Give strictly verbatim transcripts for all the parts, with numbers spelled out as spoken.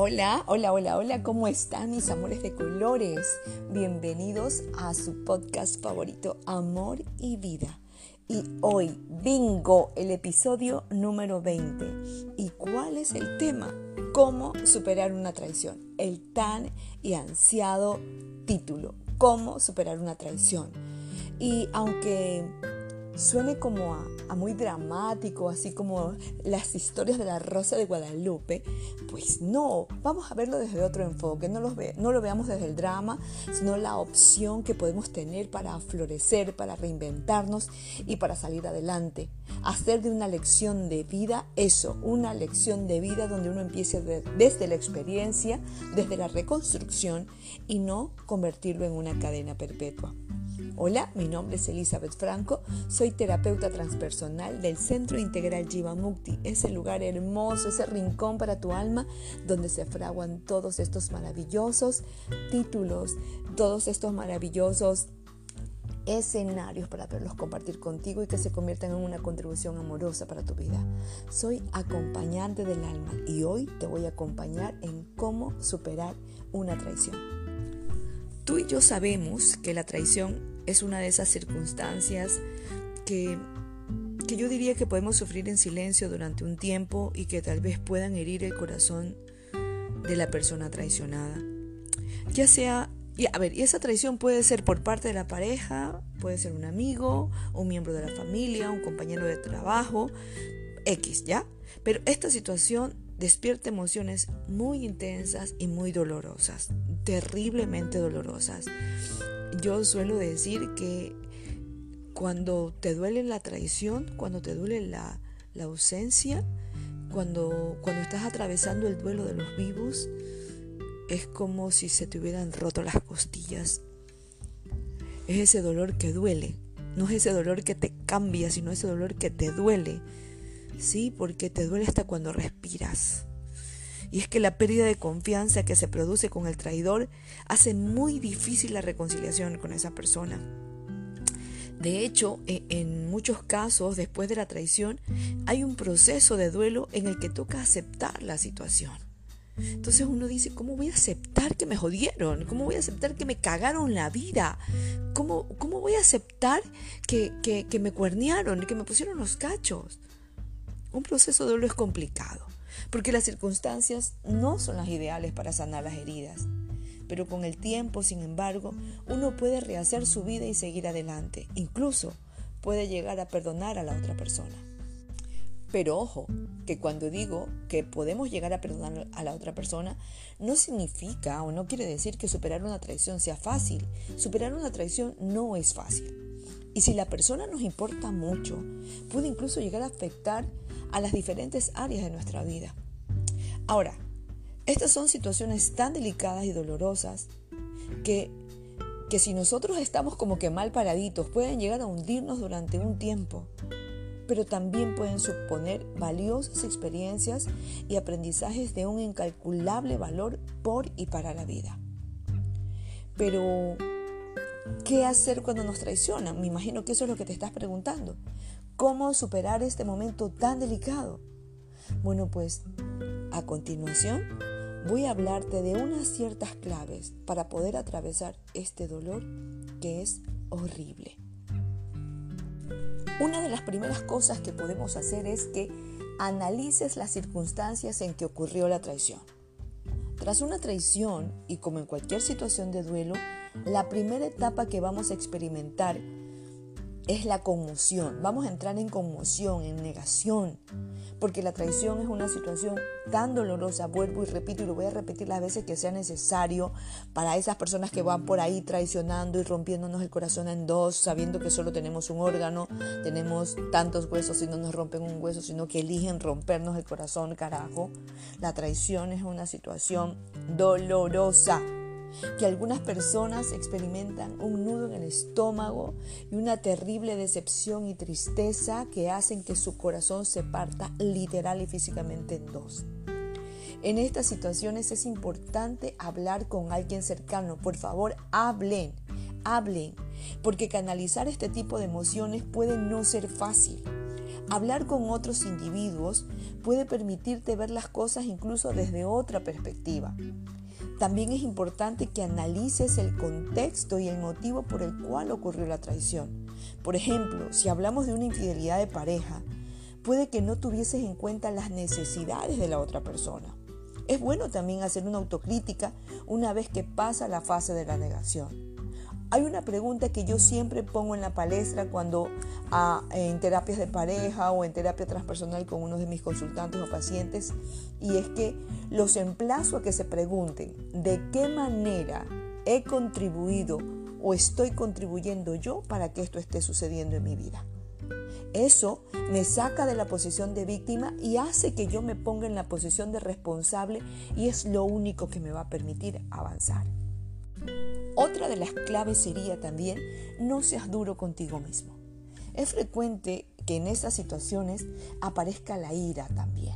Hola, hola, hola, hola, ¿cómo están mis amores de colores? Bienvenidos a su podcast favorito, Amor y Vida. Y hoy, bingo, el episodio número veinte. ¿Y cuál es el tema? ¿Cómo superar una traición? El tan y ansiado título, ¿cómo superar una traición? Y aunque suene como a, a muy dramático, así como las historias de la Rosa de Guadalupe, pues no, vamos a verlo desde otro enfoque, no lo, ve, no lo veamos desde el drama, sino la opción que podemos tener para florecer, para reinventarnos y para salir adelante. Hacer de una lección de vida eso, una lección de vida donde uno empiece de, desde la experiencia, desde la reconstrucción y no convertirlo en una cadena perpetua. Hola, mi nombre es Elizabeth Franco, soy terapeuta transpersonal del Centro Integral Jivamukti, ese lugar hermoso, ese rincón para tu alma donde se fraguan todos estos maravillosos títulos, todos estos maravillosos escenarios para poderlos compartir contigo y que se conviertan en una contribución amorosa para tu vida. Soy acompañante del alma y hoy te voy a acompañar en cómo superar una traición. Tú y yo sabemos que la traición es una de esas circunstancias que, que yo diría que podemos sufrir en silencio durante un tiempo y que tal vez puedan herir el corazón de la persona traicionada. Ya sea, y a ver, y esa traición puede ser por parte de la pareja, puede ser un amigo, un miembro de la familia, un compañero de trabajo, X, ¿ya? Pero esta situación despierta emociones muy intensas y muy dolorosas, terriblemente dolorosas. Yo suelo decir que cuando te duele la traición, cuando te duele la, la ausencia, cuando, cuando estás atravesando el duelo de los vivos, es como si se te hubieran roto las costillas. Es ese dolor que duele, no es ese dolor que te cambia, sino ese dolor que te duele. Sí, porque te duele hasta cuando respiras. Y es que la pérdida de confianza que se produce con el traidor hace muy difícil la reconciliación con esa persona. De hecho, en muchos casos, después de la traición, hay un proceso de duelo en el que toca aceptar la situación. Entonces uno dice, ¿cómo voy a aceptar que me jodieron? ¿Cómo voy a aceptar que me cagaron la vida? ¿Cómo, cómo voy a aceptar que, que, que me cuernearon, que me pusieron los cachos? Un proceso de duelo es complicado, porque las circunstancias no son las ideales para sanar las heridas. Pero con el tiempo, sin embargo, uno puede rehacer su vida y seguir adelante. Incluso puede llegar a perdonar a la otra persona. Pero ojo, que cuando digo que podemos llegar a perdonar a la otra persona, no significa o no quiere decir que superar una traición sea fácil. Superar una traición no es fácil. Y si la persona nos importa mucho, puede incluso llegar a afectar a las diferentes áreas de nuestra vida. Ahora, estas son situaciones tan delicadas y dolorosas que, que si nosotros estamos como que mal paraditos, pueden llegar a hundirnos durante un tiempo, pero también pueden suponer valiosas experiencias y aprendizajes de un incalculable valor por y para la vida. Pero, ¿qué hacer cuando nos traicionan? Me imagino que eso es lo que te estás preguntando. ¿Cómo superar este momento tan delicado? Bueno, pues a continuación voy a hablarte de unas ciertas claves para poder atravesar este dolor que es horrible. Una de las primeras cosas que podemos hacer es que analices las circunstancias en que ocurrió la traición. Tras una traición, y como en cualquier situación de duelo, la primera etapa que vamos a experimentar es la conmoción. Vamos a entrar en conmoción, en negación, porque la traición es una situación tan dolorosa. Vuelvo y repito, y lo voy a repetir las veces que sea necesario para esas personas que van por ahí traicionando y rompiéndonos el corazón en dos, sabiendo que solo tenemos un órgano, tenemos tantos huesos y no nos rompen un hueso, sino que eligen rompernos el corazón, carajo. La traición es una situación dolorosa, que algunas personas experimentan un nudo en el estómago y una terrible decepción y tristeza que hacen que su corazón se parta literal y físicamente en dos. En estas situaciones es importante hablar con alguien cercano. Por favor, hablen, hablen, porque canalizar este tipo de emociones puede no ser fácil. Hablar con otros individuos puede permitirte ver las cosas incluso desde otra perspectiva. También es importante que analices el contexto y el motivo por el cual ocurrió la traición. Por ejemplo, si hablamos de una infidelidad de pareja, puede que no tuvieses en cuenta las necesidades de la otra persona. Es bueno también hacer una autocrítica una vez que pasa la fase de la negación. Hay una pregunta que yo siempre pongo en la palestra cuando ah, en terapias de pareja o en terapia transpersonal con uno de mis consultantes o pacientes, y es que los emplazo a que se pregunten de qué manera he contribuido o estoy contribuyendo yo para que esto esté sucediendo en mi vida. Eso me saca de la posición de víctima y hace que yo me ponga en la posición de responsable, y es lo único que me va a permitir avanzar. Otra de las claves sería también: no seas duro contigo mismo. Es frecuente que en estas situaciones aparezca la ira también.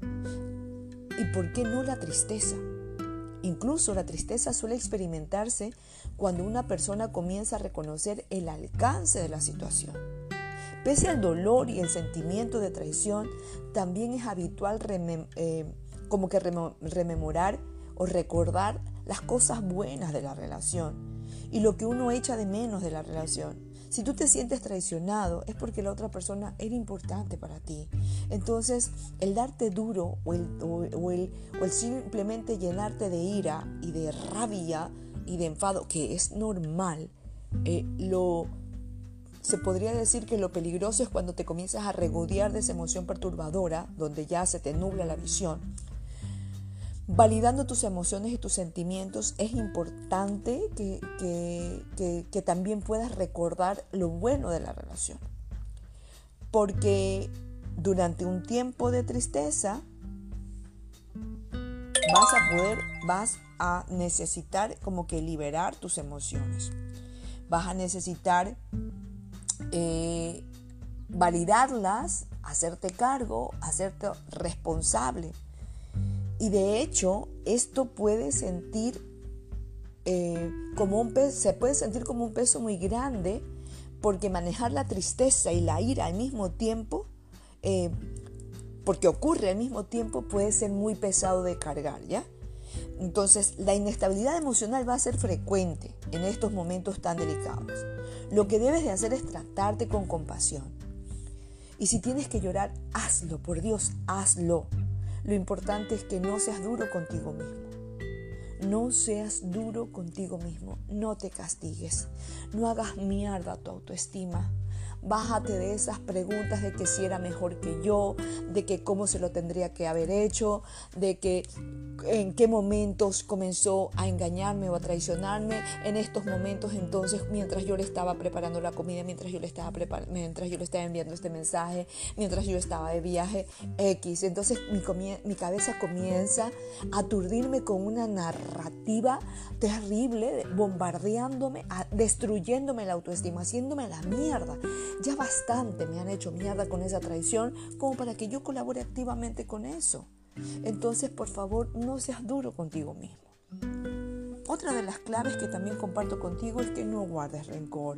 ¿Y por qué no la tristeza? Incluso la tristeza suele experimentarse cuando una persona comienza a reconocer el alcance de la situación. Pese al dolor y el sentimiento de traición, también es habitual remem- eh, como que rem- rememorar o recordar las cosas buenas de la relación y lo que uno echa de menos de la relación. Si tú te sientes traicionado, es porque la otra persona era importante para ti. Entonces, el darte duro o el, o, o el, o el simplemente llenarte de ira y de rabia y de enfado, que es normal, eh, lo... Se podría decir que lo peligroso es cuando te comienzas a regodear de esa emoción perturbadora, donde ya se te nubla la visión. Validando tus emociones y tus sentimientos, es importante que, que, que, que también puedas recordar lo bueno de la relación. Porque durante un tiempo de tristeza vas a poder, vas a necesitar como que liberar tus emociones. Vas a necesitar Eh, validarlas, hacerte cargo, hacerte responsable. Y de hecho, esto puede sentir eh, como un peso, se puede sentir como un peso muy grande, porque manejar la tristeza y la ira al mismo tiempo, eh, porque ocurre al mismo tiempo, puede ser muy pesado de cargar, ¿ya? Entonces, la inestabilidad emocional va a ser frecuente en estos momentos tan delicados. Lo que debes de hacer es tratarte con compasión. Y si tienes que llorar, hazlo, por Dios, hazlo. Lo importante es que no seas duro contigo mismo. No seas duro contigo mismo. No te castigues. No hagas mierda tu autoestima. Bájate de esas preguntas de que si era mejor que yo, de que cómo se lo tendría que haber hecho, de que en qué momentos comenzó a engañarme o a traicionarme. En estos momentos, entonces, mientras yo le estaba preparando la comida, mientras yo le estaba prepar- mientras yo le estaba enviando este mensaje, mientras yo estaba de viaje X. Entonces mi, comie- mi cabeza comienza a aturdirme con una narrativa terrible, bombardeándome, a- destruyéndome la autoestima, haciéndome la mierda. Ya bastante me han hecho mierda con esa traición como para que yo colabore activamente con eso. Entonces, por favor, no seas duro contigo mismo. Otra de las claves que también comparto contigo es que no guardes rencor.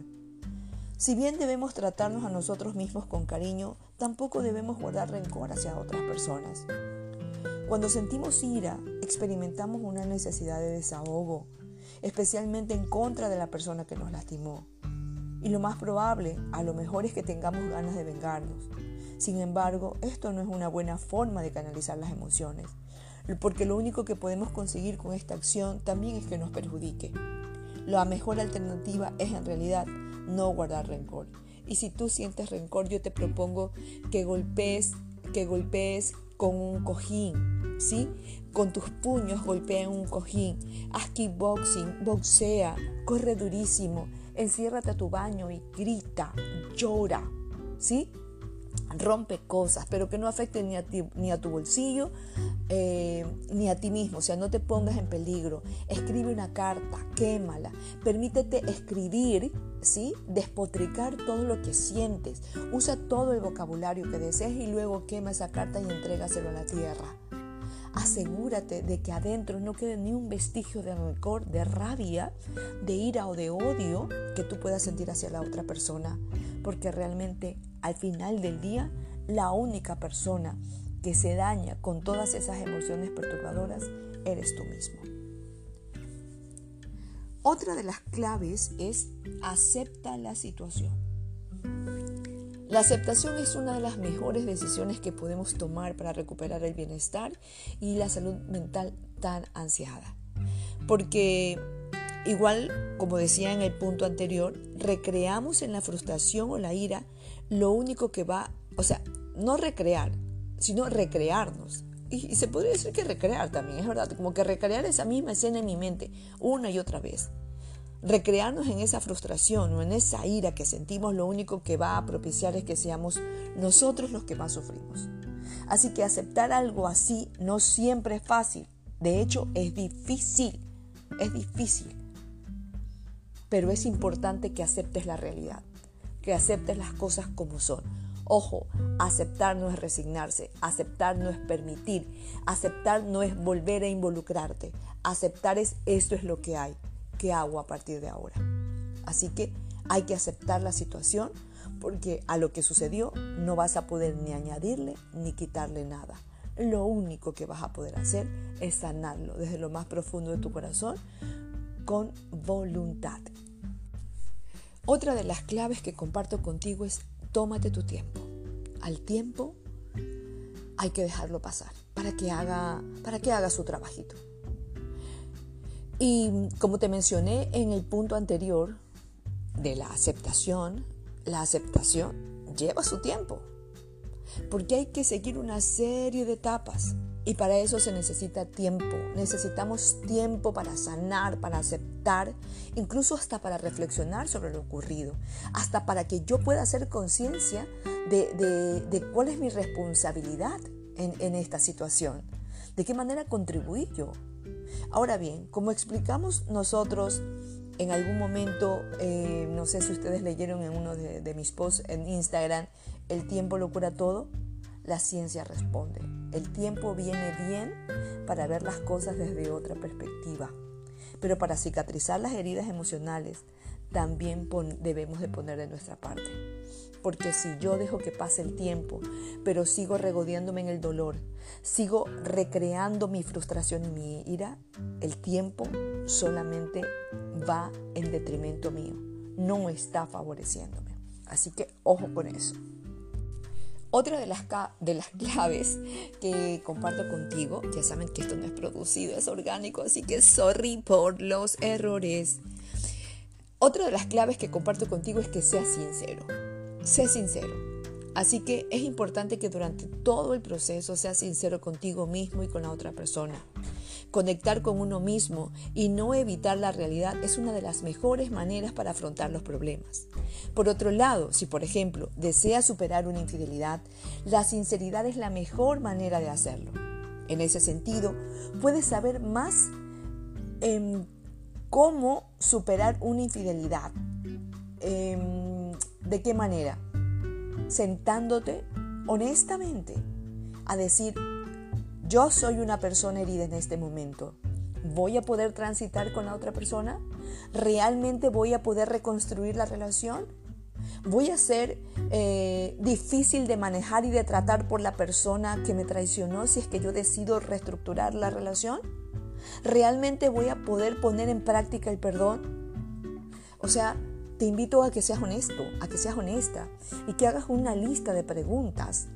Si bien debemos tratarnos a nosotros mismos con cariño, tampoco debemos guardar rencor hacia otras personas. Cuando sentimos ira, experimentamos una necesidad de desahogo, especialmente en contra de la persona que nos lastimó. Y lo más probable, a lo mejor, es que tengamos ganas de vengarnos. Sin embargo, esto no es una buena forma de canalizar las emociones, porque lo único que podemos conseguir con esta acción también es que nos perjudique. La mejor alternativa es en realidad no guardar rencor. Y si tú sientes rencor, yo te propongo que golpees, que golpees con un cojín, ¿sí? Con tus puños golpea en un cojín, haz kickboxing, boxea, corre durísimo, enciérrate a tu baño y grita, llora, ¿sí? Rompe cosas, pero que no afecten ni a ti, ni a tu bolsillo, eh, ni a ti mismo. O sea, no te pongas en peligro. Escribe una carta, quémala. Permítete escribir, ¿sí? Despotricar todo lo que sientes. Usa todo el vocabulario que desees y luego quema esa carta y entrégaselo a la tierra. Asegúrate de que adentro no quede ni un vestigio de rencor, de rabia, de ira o de odio que tú puedas sentir hacia la otra persona, porque realmente al final del día la única persona que se daña con todas esas emociones perturbadoras eres tú mismo. Otra de las claves es acepta la situación. La aceptación es una de las mejores decisiones que podemos tomar para recuperar el bienestar y la salud mental tan ansiada. Porque igual, como decía en el punto anterior, recreamos en la frustración o la ira lo único que va, o sea, no recrear, sino recrearnos. Y, y se podría decir que recrear también, es verdad, como que recrear esa misma escena en mi mente una y otra vez. Recrearnos en esa frustración o en esa ira que sentimos, lo único que va a propiciar es que seamos nosotros los que más sufrimos. Así que aceptar algo así no siempre es fácil. De hecho, es difícil. Es difícil. Pero es importante que aceptes la realidad, que aceptes las cosas como son. Ojo, aceptar no es resignarse, aceptar no es permitir, aceptar no es volver a involucrarte. Aceptar es esto es lo que hay. ¿Qué hago a partir de ahora? Así que hay que aceptar la situación porque a lo que sucedió no vas a poder ni añadirle ni quitarle nada. Lo único que vas a poder hacer es sanarlo desde lo más profundo de tu corazón con voluntad. Otra de las claves que comparto contigo es tómate tu tiempo. Al tiempo hay que dejarlo pasar para que haga, para que haga su trabajito. Y como te mencioné en el punto anterior de la aceptación, la aceptación lleva su tiempo, porque hay que seguir una serie de etapas y para eso se necesita tiempo. Necesitamos tiempo para sanar, para aceptar, incluso hasta para reflexionar sobre lo ocurrido, hasta para que yo pueda hacer conciencia de, de, de cuál es mi responsabilidad en, en esta situación, de qué manera contribuí yo. Ahora bien, como explicamos nosotros en algún momento, eh, no sé si ustedes leyeron en uno de, de mis posts en Instagram, el tiempo lo cura todo, la ciencia responde. El tiempo viene bien para ver las cosas desde otra perspectiva, pero para cicatrizar las heridas emocionales también pon, debemos de poner de nuestra parte. Porque si yo dejo que pase el tiempo, pero sigo regodeándome en el dolor, sigo recreando mi frustración y mi ira, el tiempo solamente va en detrimento mío, no está favoreciéndome. Así que ojo con eso. Otra de las, de las claves que comparto contigo, ya saben que esto no es producido, es orgánico, así que sorry por los errores. Otra de las claves que comparto contigo es que seas sincero. Sé sincero. Así que es importante que durante todo el proceso seas sincero contigo mismo y con la otra persona. Conectar con uno mismo y no evitar la realidad es una de las mejores maneras para afrontar los problemas. Por otro lado, si por ejemplo deseas superar una infidelidad, la sinceridad es la mejor manera de hacerlo. En ese sentido, puedes saber más en cómo superar una infidelidad. Eh, ¿De qué manera? Sentándote honestamente a decir, yo soy una persona herida en este momento. ¿Voy a poder transitar con la otra persona? ¿Realmente voy a poder reconstruir la relación? ¿Voy a ser eh, difícil de manejar y de tratar por la persona que me traicionó si es que yo decido reestructurar la relación? ¿Realmente voy a poder poner en práctica el perdón? O sea, te invito a que seas honesto, a que seas honesta y que hagas una lista de preguntas,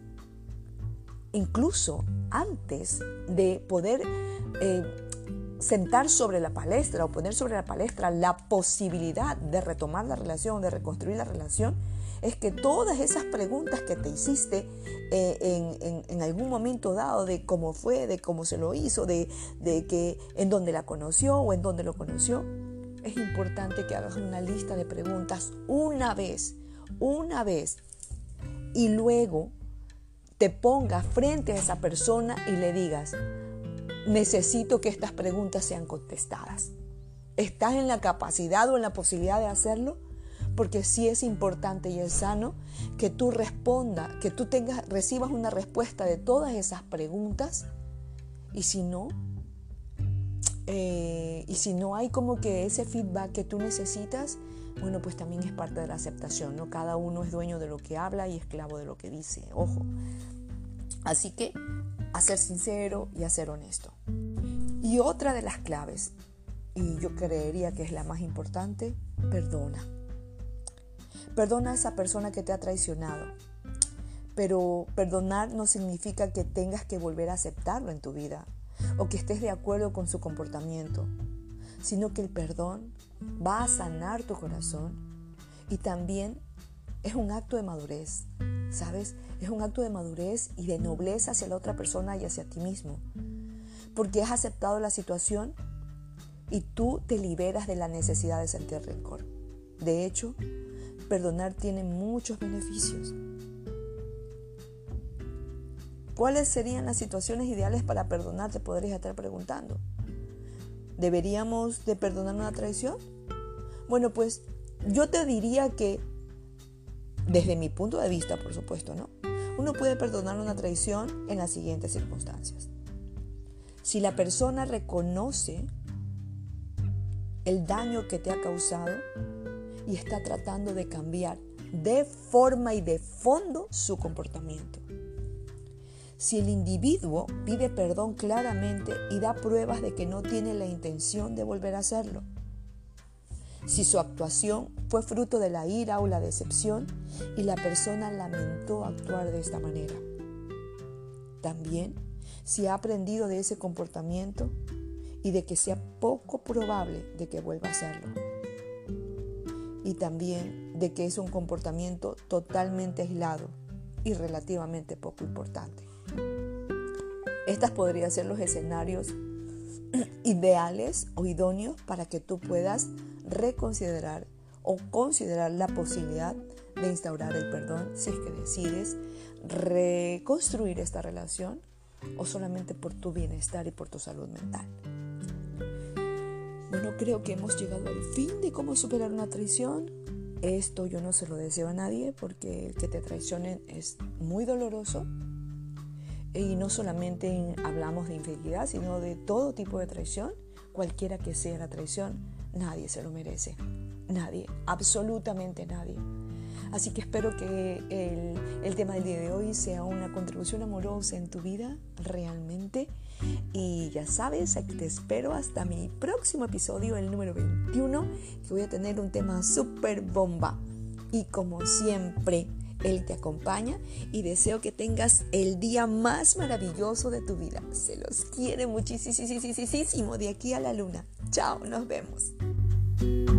incluso antes de poder eh, sentar sobre la palestra o poner sobre la palestra la posibilidad de retomar la relación, de reconstruir la relación, es que todas esas preguntas que te hiciste eh, en, en, en algún momento dado de cómo fue, de cómo se lo hizo, de, de que en dónde la conoció o en dónde lo conoció, es importante que hagas una lista de preguntas una vez, una vez, y luego te pongas frente a esa persona y le digas, necesito que estas preguntas sean contestadas. ¿Estás en la capacidad o en la posibilidad de hacerlo? Porque sí es importante y es sano que tú respondas, que tú tengas, recibas una respuesta de todas esas preguntas, y si no, Eh, y si no hay como que ese feedback que tú necesitas, bueno, pues también es parte de la aceptación, ¿no? Cada uno es dueño de lo que habla y esclavo de lo que dice, ojo. Así que a ser sincero y a ser honesto. Y otra de las claves, y yo creería que es la más importante, perdona. Perdona a esa persona que te ha traicionado. Pero perdonar no significa que tengas que volver a aceptarlo en tu vida o que estés de acuerdo con su comportamiento, sino que el perdón va a sanar tu corazón y también es un acto de madurez, ¿sabes? Es un acto de madurez y de nobleza hacia la otra persona y hacia ti mismo, porque has aceptado la situación y tú te liberas de la necesidad de sentir rencor. De hecho, perdonar tiene muchos beneficios. ¿Cuáles serían las situaciones ideales para perdonar? Te podrías estar preguntando. ¿Deberíamos de perdonar una traición? Bueno, pues yo te diría que, desde mi punto de vista, por supuesto, ¿no? Uno puede perdonar una traición en las siguientes circunstancias. Si la persona reconoce el daño que te ha causado y está tratando de cambiar de forma y de fondo su comportamiento. Si el individuo pide perdón claramente y da pruebas de que no tiene la intención de volver a hacerlo. Si su actuación fue fruto de la ira o la decepción y la persona lamentó actuar de esta manera. También si ha aprendido de ese comportamiento y de que sea poco probable de que vuelva a hacerlo. Y también de que es un comportamiento totalmente aislado y relativamente poco importante. Estos podrían ser los escenarios ideales o idóneos para que tú puedas reconsiderar o considerar la posibilidad de instaurar el perdón si es que decides reconstruir esta relación o solamente por tu bienestar y por tu salud mental. Bueno, creo que hemos llegado al fin de cómo superar una traición. Esto yo no se lo deseo a nadie porque el que te traicionen es muy doloroso. Y no solamente hablamos de infidelidad, sino de todo tipo de traición. Cualquiera que sea la traición, nadie se lo merece. Nadie, absolutamente nadie. Así que espero que el, el tema del día de hoy sea una contribución amorosa en tu vida, realmente. Y ya sabes, aquí te espero hasta mi próximo episodio, el número veintiuno, que voy a tener un tema súper bomba. Y como siempre, Él te acompaña y deseo que tengas el día más maravilloso de tu vida. Se los quiere muchísimo de aquí a la luna. Chao, nos vemos.